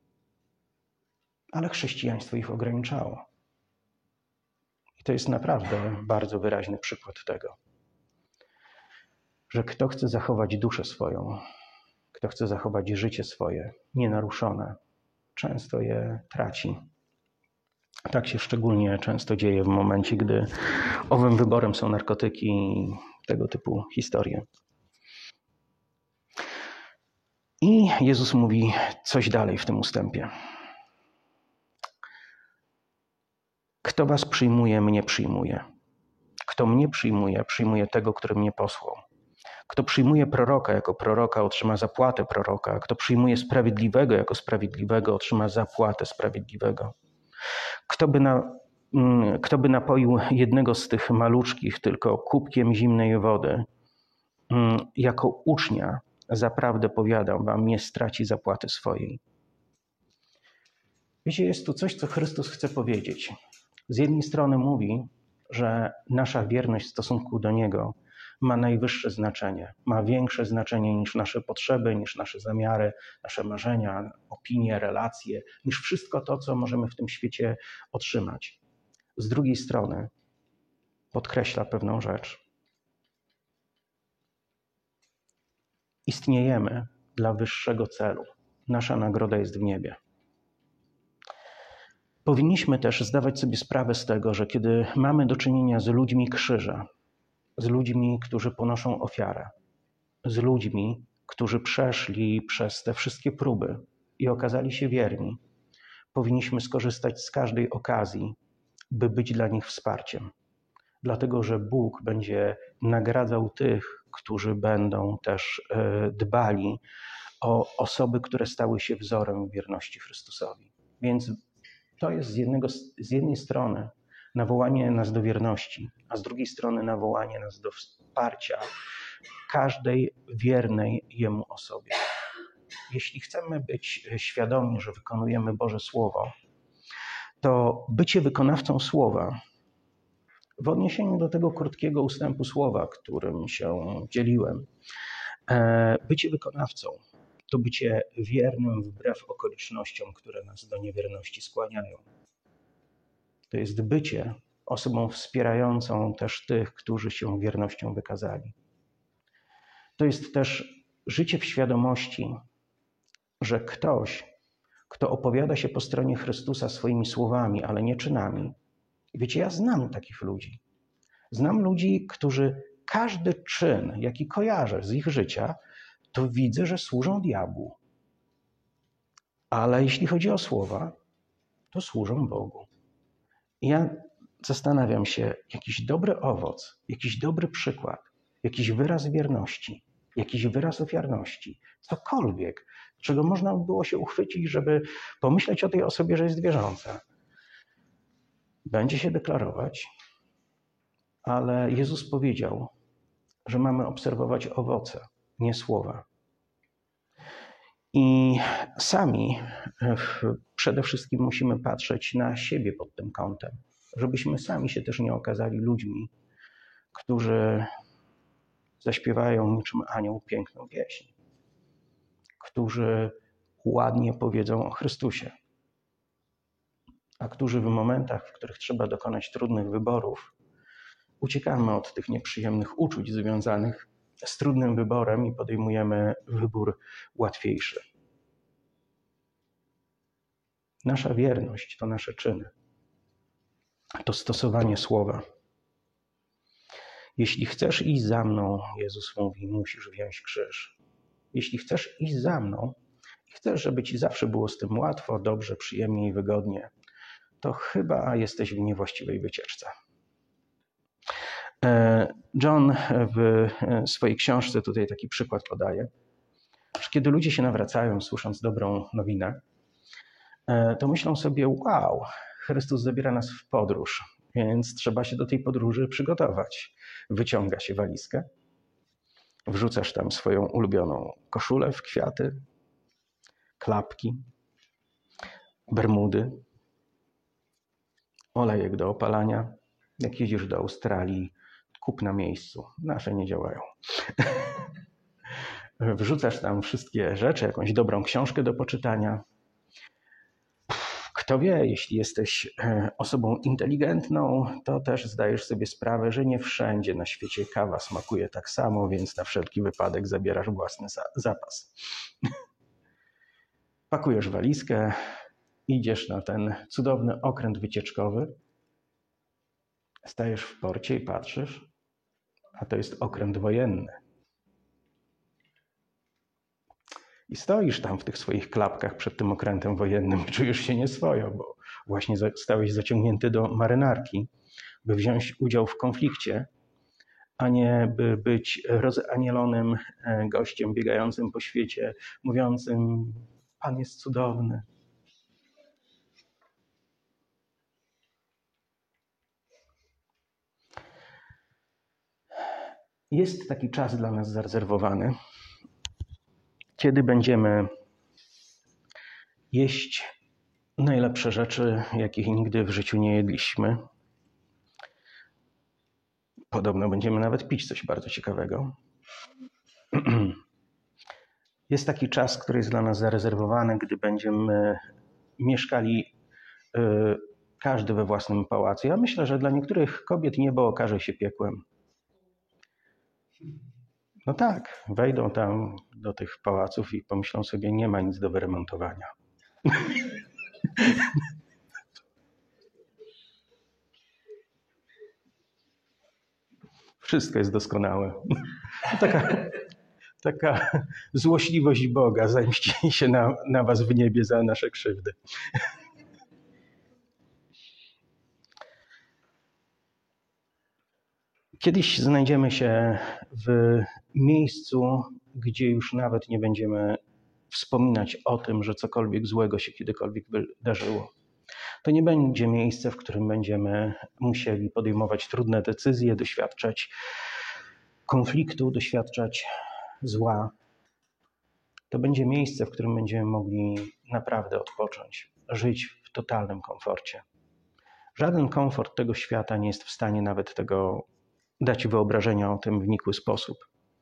Ale chrześcijaństwo ich ograniczało. I to jest naprawdę bardzo wyraźny przykład tego, że kto chce zachować duszę swoją, kto chce zachować życie swoje nienaruszone, często je traci. Tak się szczególnie często dzieje w momencie, gdy owym wyborem są narkotyki i tego typu historie. I Jezus mówi coś dalej w tym ustępie. Kto was przyjmuje, mnie przyjmuje. Kto mnie przyjmuje, przyjmuje tego, który mnie posłał. Kto przyjmuje proroka jako proroka, otrzyma zapłatę proroka. Kto przyjmuje sprawiedliwego jako sprawiedliwego, otrzyma zapłatę sprawiedliwego. Kto by, na, kto by napoił jednego z tych maluczkich tylko kubkiem zimnej wody, jako ucznia, zaprawdę powiadam wam, nie straci zapłaty swojej. Wiecie, jest tu coś, co Chrystus chce powiedzieć. Z jednej strony mówi, że nasza wierność w stosunku do Niego ma najwyższe znaczenie, ma większe znaczenie niż nasze potrzeby, niż nasze zamiary, nasze marzenia, opinie, relacje, niż wszystko to, co możemy w tym świecie otrzymać. Z drugiej strony podkreśla pewną rzecz. Istniejemy dla wyższego celu. Nasza nagroda jest w niebie. Powinniśmy też zdawać sobie sprawę z tego, że kiedy mamy do czynienia z ludźmi krzyża, z ludźmi, którzy ponoszą ofiarę, z ludźmi, którzy przeszli przez te wszystkie próby i okazali się wierni, powinniśmy skorzystać z każdej okazji, by być dla nich wsparciem. Dlatego, że Bóg będzie nagradzał tych, którzy będą też dbali o osoby, które stały się wzorem wierności Chrystusowi. Więc to jest z, jednego, z jednej strony nawołanie nas do wierności, a z drugiej strony nawołanie nas do wsparcia każdej wiernej Jemu osobie. Jeśli chcemy być świadomi, że wykonujemy Boże Słowo, to bycie wykonawcą Słowa, w odniesieniu do tego krótkiego ustępu Słowa, którym się dzieliłem, bycie wykonawcą to bycie wiernym wbrew okolicznościom, które nas do niewierności skłaniają. To jest bycie osobą wspierającą też tych, którzy się wiernością wykazali. To jest też życie w świadomości, że ktoś, kto opowiada się po stronie Chrystusa swoimi słowami, ale nie czynami. I wiecie, ja znam takich ludzi. Znam ludzi, którzy każdy czyn, jaki kojarzę z ich życia, to widzę, że służą diabłu. Ale jeśli chodzi o słowa, to służą Bogu. I ja zastanawiam się, jakiś dobry owoc, jakiś dobry przykład, jakiś wyraz wierności, jakiś wyraz ofiarności, cokolwiek, czego można było się uchwycić, żeby pomyśleć o tej osobie, że jest wierząca. Będzie się deklarować, ale Jezus powiedział, że mamy obserwować owoce, nie słowa. I sami przede wszystkim musimy patrzeć na siebie pod tym kątem, żebyśmy sami się też nie okazali ludźmi, którzy zaśpiewają niczym anioł piękną pieśń, którzy ładnie powiedzą o Chrystusie, a którzy w momentach, w których trzeba dokonać trudnych wyborów, uciekamy od tych nieprzyjemnych uczuć związanych z trudnym wyborem i podejmujemy wybór łatwiejszy. Nasza wierność to nasze czyny, to stosowanie słowa. Jeśli chcesz iść za mną, Jezus mówi, musisz wziąć krzyż. Jeśli chcesz iść za mną i chcesz, żeby ci zawsze było z tym łatwo, dobrze, przyjemnie i wygodnie, to chyba jesteś w niewłaściwej wycieczce. John w swojej książce tutaj taki przykład podaje, że kiedy ludzie się nawracają, słysząc dobrą nowinę, to myślą sobie, wow, Chrystus zabiera nas w podróż, więc trzeba się do tej podróży przygotować. Wyciąga się walizkę, wrzucasz tam swoją ulubioną koszulę w kwiaty, klapki, bermudy, olejek do opalania. Jak jedziesz do Australii, kup na miejscu. Nasze nie działają. Wrzucasz tam wszystkie rzeczy, jakąś dobrą książkę do poczytania. Kto wie, jeśli jesteś osobą inteligentną, to też zdajesz sobie sprawę, że nie wszędzie na świecie kawa smakuje tak samo, więc na wszelki wypadek zabierasz własny zapas. Pakujesz walizkę, idziesz na ten cudowny okręt wycieczkowy, stajesz w porcie i patrzysz, a to jest okręt wojenny. I stoisz tam w tych swoich klapkach przed tym okrętem wojennym i czujesz się nieswojo, bo właśnie zostałeś zaciągnięty do marynarki, by wziąć udział w konflikcie, a nie by być rozanielonym gościem biegającym po świecie, mówiącym, Pan jest cudowny. Jest taki czas dla nas zarezerwowany, kiedy będziemy jeść najlepsze rzeczy, jakich nigdy w życiu nie jedliśmy. Podobno będziemy nawet pić coś bardzo ciekawego. Jest taki czas, który jest dla nas zarezerwowany, gdy będziemy mieszkali yy, każdy we własnym pałacu. Ja myślę, że dla niektórych kobiet niebo okaże się piekłem. No tak, wejdą tam do tych pałaców i pomyślą sobie, nie ma nic do wyremontowania. Wszystko jest doskonałe. Taka, taka złośliwość Boga zemści się na, na was w niebie za nasze krzywdy. Kiedyś znajdziemy się w miejscu, gdzie już nawet nie będziemy wspominać o tym, że cokolwiek złego się kiedykolwiek wydarzyło. To nie będzie miejsce, w którym będziemy musieli podejmować trudne decyzje, doświadczać konfliktu, doświadczać zła. To będzie miejsce, w którym będziemy mogli naprawdę odpocząć, żyć w totalnym komforcie. Żaden komfort tego świata nie jest w stanie nawet tego dać wyobrażenia o tym w nikły sposób.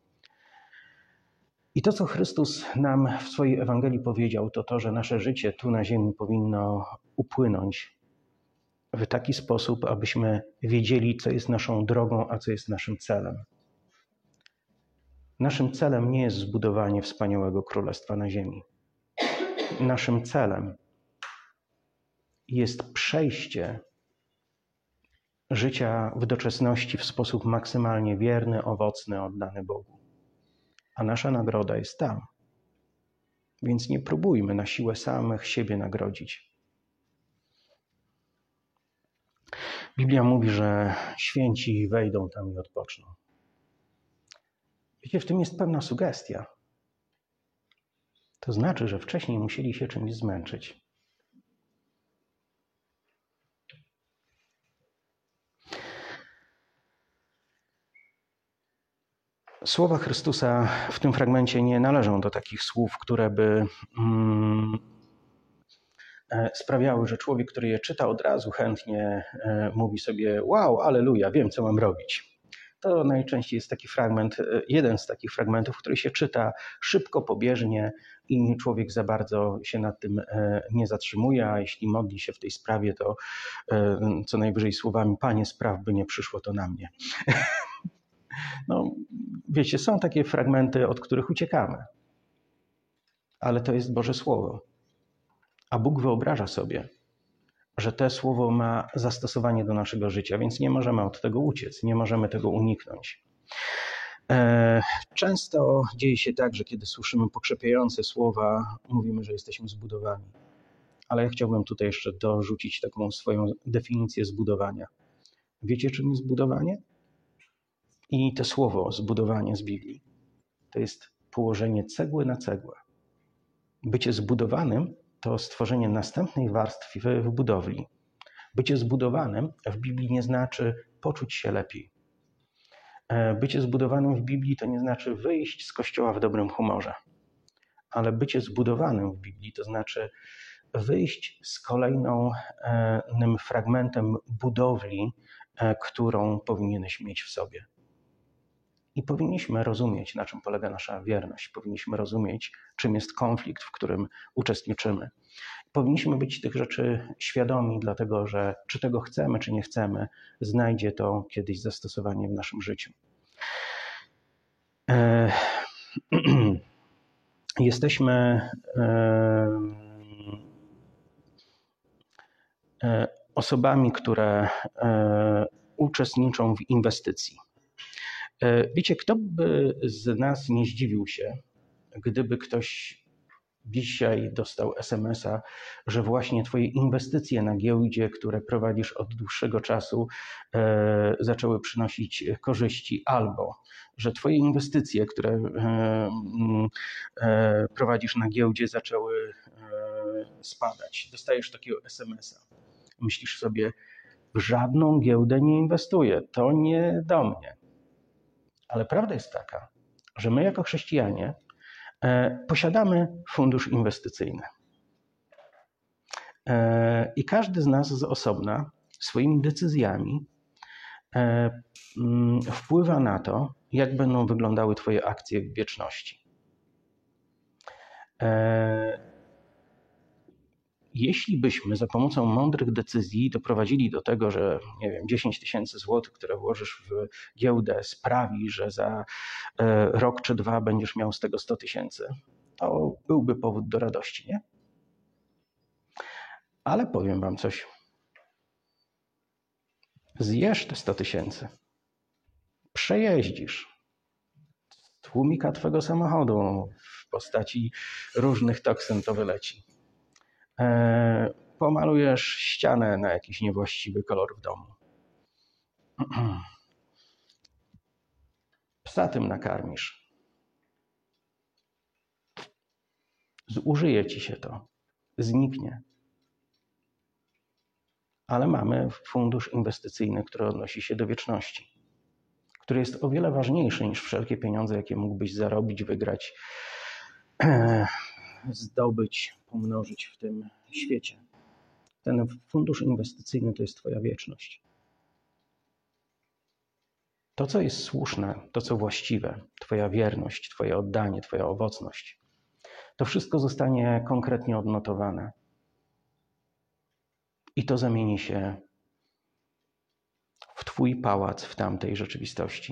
I to, co Chrystus nam w swojej Ewangelii powiedział, to to, że nasze życie tu na ziemi powinno upłynąć w taki sposób, abyśmy wiedzieli, co jest naszą drogą, a co jest naszym celem. Naszym celem nie jest zbudowanie wspaniałego królestwa na ziemi. Naszym celem jest przejście życia w doczesności w sposób maksymalnie wierny, owocny, oddany Bogu. A nasza nagroda jest tam. Więc nie próbujmy na siłę samych siebie nagrodzić. Biblia mówi, że święci wejdą tam i odpoczną. Wiecie, w tym jest pewna sugestia. To znaczy, że wcześniej musieli się czymś zmęczyć. Słowa Chrystusa w tym fragmencie nie należą do takich słów, które by mm, sprawiały, że człowiek, który je czyta, od razu chętnie e, mówi sobie: wow, alleluja, wiem, co mam robić. To najczęściej jest taki fragment, jeden z takich fragmentów, który się czyta szybko, pobieżnie i człowiek za bardzo się nad tym nie zatrzymuje, a jeśli modli się w tej sprawie, to co najwyżej słowami: Panie, spraw, by nie przyszło to na mnie. No, wiecie, są takie fragmenty, od których uciekamy, ale to jest Boże Słowo. A Bóg wyobraża sobie, że to słowo ma zastosowanie do naszego życia, więc nie możemy od tego uciec, nie możemy tego uniknąć. Często dzieje się tak, że kiedy słyszymy pokrzepiające słowa, mówimy, że jesteśmy zbudowani. Ale ja chciałbym tutaj jeszcze dorzucić taką swoją definicję zbudowania. Wiecie, czym jest zbudowanie? I to słowo zbudowanie z Biblii to jest położenie cegły na cegłę. Bycie zbudowanym to stworzenie następnej warstwy w budowli. Bycie zbudowanym w Biblii nie znaczy poczuć się lepiej. Bycie zbudowanym w Biblii to nie znaczy wyjść z kościoła w dobrym humorze. Ale bycie zbudowanym w Biblii to znaczy wyjść z kolejnym fragmentem budowli, którą powinieneś mieć w sobie. I powinniśmy rozumieć, na czym polega nasza wierność. Powinniśmy rozumieć, czym jest konflikt, w którym uczestniczymy. Powinniśmy być tych rzeczy świadomi, dlatego że czy tego chcemy, czy nie chcemy, znajdzie to kiedyś zastosowanie w naszym życiu. E... Jesteśmy e... E... osobami, które e... uczestniczą w inwestycji. Wiecie, kto by z nas nie zdziwił się, gdyby ktoś dzisiaj dostał es em es a, że właśnie twoje inwestycje na giełdzie, które prowadzisz od dłuższego czasu, e, zaczęły przynosić korzyści, albo że twoje inwestycje, które e, e, prowadzisz na giełdzie, zaczęły e, spadać. Dostajesz takiego es em es a. Myślisz sobie: w żadną giełdę nie inwestuję, to nie do mnie. Ale prawda jest taka, że my jako chrześcijanie e, posiadamy fundusz inwestycyjny. E, I każdy z nas z osobna swoimi decyzjami e, m, wpływa na to, jak będą wyglądały twoje akcje w wieczności. E, Jeśli byśmy za pomocą mądrych decyzji doprowadzili do tego, że nie wiem, dziesięć tysięcy złotych, które włożysz w giełdę, sprawi, że za rok czy dwa będziesz miał z tego sto tysięcy, to byłby powód do radości, nie? Ale powiem wam coś. Zjesz te sto tysięcy, przejeździsz tłumika twego samochodu w postaci różnych toksyn, to wyleci. E, pomalujesz ścianę na jakiś niewłaściwy kolor w domu. Psa tym nakarmisz. Zużyje ci się to. Zniknie. Ale mamy fundusz inwestycyjny, który odnosi się do wieczności, który jest o wiele ważniejszy niż wszelkie pieniądze, jakie mógłbyś zarobić, wygrać, e, zdobyć, pomnożyć w tym świecie. Ten fundusz inwestycyjny to jest twoja wieczność. To, co jest słuszne, to, co właściwe, twoja wierność, twoje oddanie, twoja owocność, to wszystko zostanie konkretnie odnotowane. I to zamieni się w twój pałac w tamtej rzeczywistości.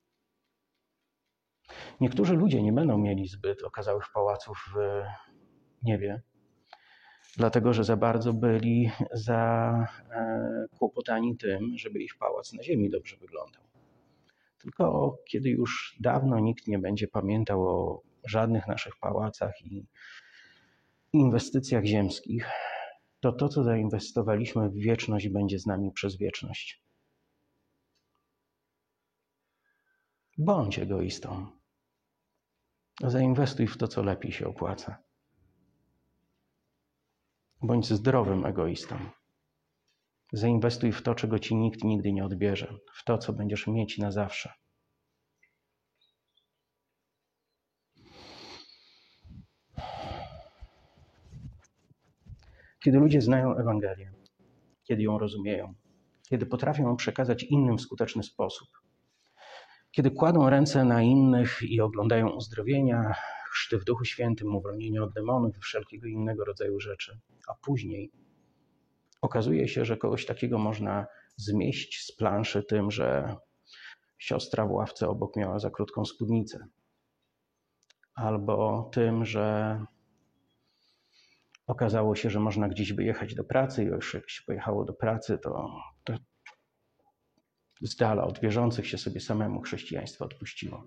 Niektórzy ludzie nie będą mieli zbyt okazałych pałaców w niebie, dlatego że za bardzo byli zakłopotani zakłopotani tym, żeby ich pałac na ziemi dobrze wyglądał. Tylko kiedy już dawno nikt nie będzie pamiętał o żadnych naszych pałacach i inwestycjach ziemskich, to to, co zainwestowaliśmy w wieczność, będzie z nami przez wieczność. Bądź egoistą. Zainwestuj w to, co lepiej się opłaca. Bądź zdrowym egoistą. Zainwestuj w to, czego ci nikt nigdy nie odbierze, w to, co będziesz mieć na zawsze. Kiedy ludzie znają Ewangelię, kiedy ją rozumieją, kiedy potrafią ją przekazać innym w skuteczny sposób, kiedy kładą ręce na innych i oglądają uzdrowienia, chrzty w Duchu Świętym, uwolnienie od demonów i wszelkiego innego rodzaju rzeczy, a później okazuje się, że kogoś takiego można zmieść z planszy tym, że siostra w ławce obok miała za krótką spódnicę, albo tym, że okazało się, że można gdzieś wyjechać do pracy i już jak się pojechało do pracy, to, to z dala od wierzących się sobie samemu chrześcijaństwo odpuściło.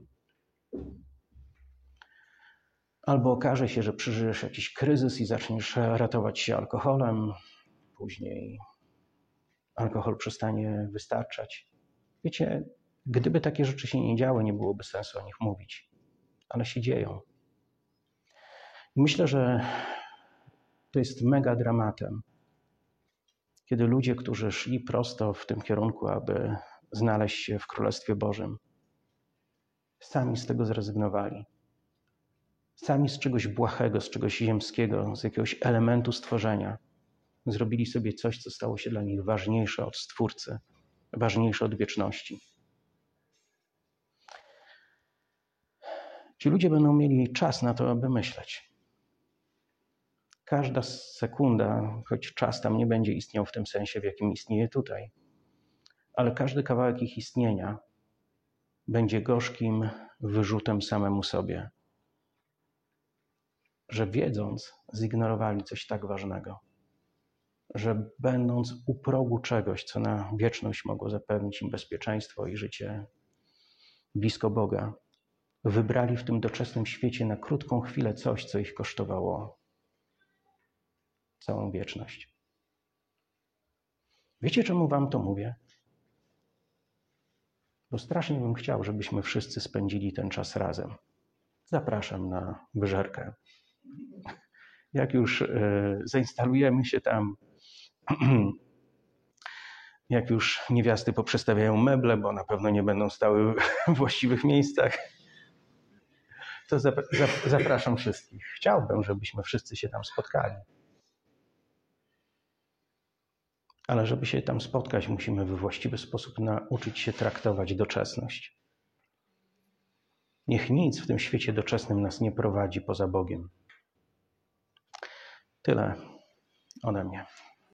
Albo okaże się, że przeżyjesz jakiś kryzys i zaczniesz ratować się alkoholem, później alkohol przestanie wystarczać. Wiecie, gdyby takie rzeczy się nie działy, nie byłoby sensu o nich mówić, ale się dzieją. I myślę, że to jest mega dramatem, kiedy ludzie, którzy szli prosto w tym kierunku, aby znaleźć się w Królestwie Bożym, sami z tego zrezygnowali. Sami z czegoś błahego, z czegoś ziemskiego, z jakiegoś elementu stworzenia zrobili sobie coś, co stało się dla nich ważniejsze od Stwórcy, ważniejsze od wieczności. Ci ludzie będą mieli czas na to, aby myśleć. Każda sekunda, choć czas tam nie będzie istniał w tym sensie, w jakim istnieje tutaj, ale każdy kawałek ich istnienia będzie gorzkim wyrzutem samemu sobie, że wiedząc, zignorowali coś tak ważnego, że będąc u progu czegoś, co na wieczność mogło zapewnić im bezpieczeństwo i życie blisko Boga, wybrali w tym doczesnym świecie na krótką chwilę coś, co ich kosztowało całą wieczność. Wiecie, czemu wam to mówię? Bo strasznie bym chciał, żebyśmy wszyscy spędzili ten czas razem. Zapraszam na wyżerkę. Jak już y, zainstalujemy się tam, jak już niewiasty poprzestawiają meble, bo na pewno nie będą stały w właściwych miejscach, to zap zap zapraszam wszystkich. Chciałbym, żebyśmy wszyscy się tam spotkali. Ale żeby się tam spotkać, musimy we właściwy sposób nauczyć się traktować doczesność. Niech nic w tym świecie doczesnym nas nie prowadzi poza Bogiem. Tyle ode mnie.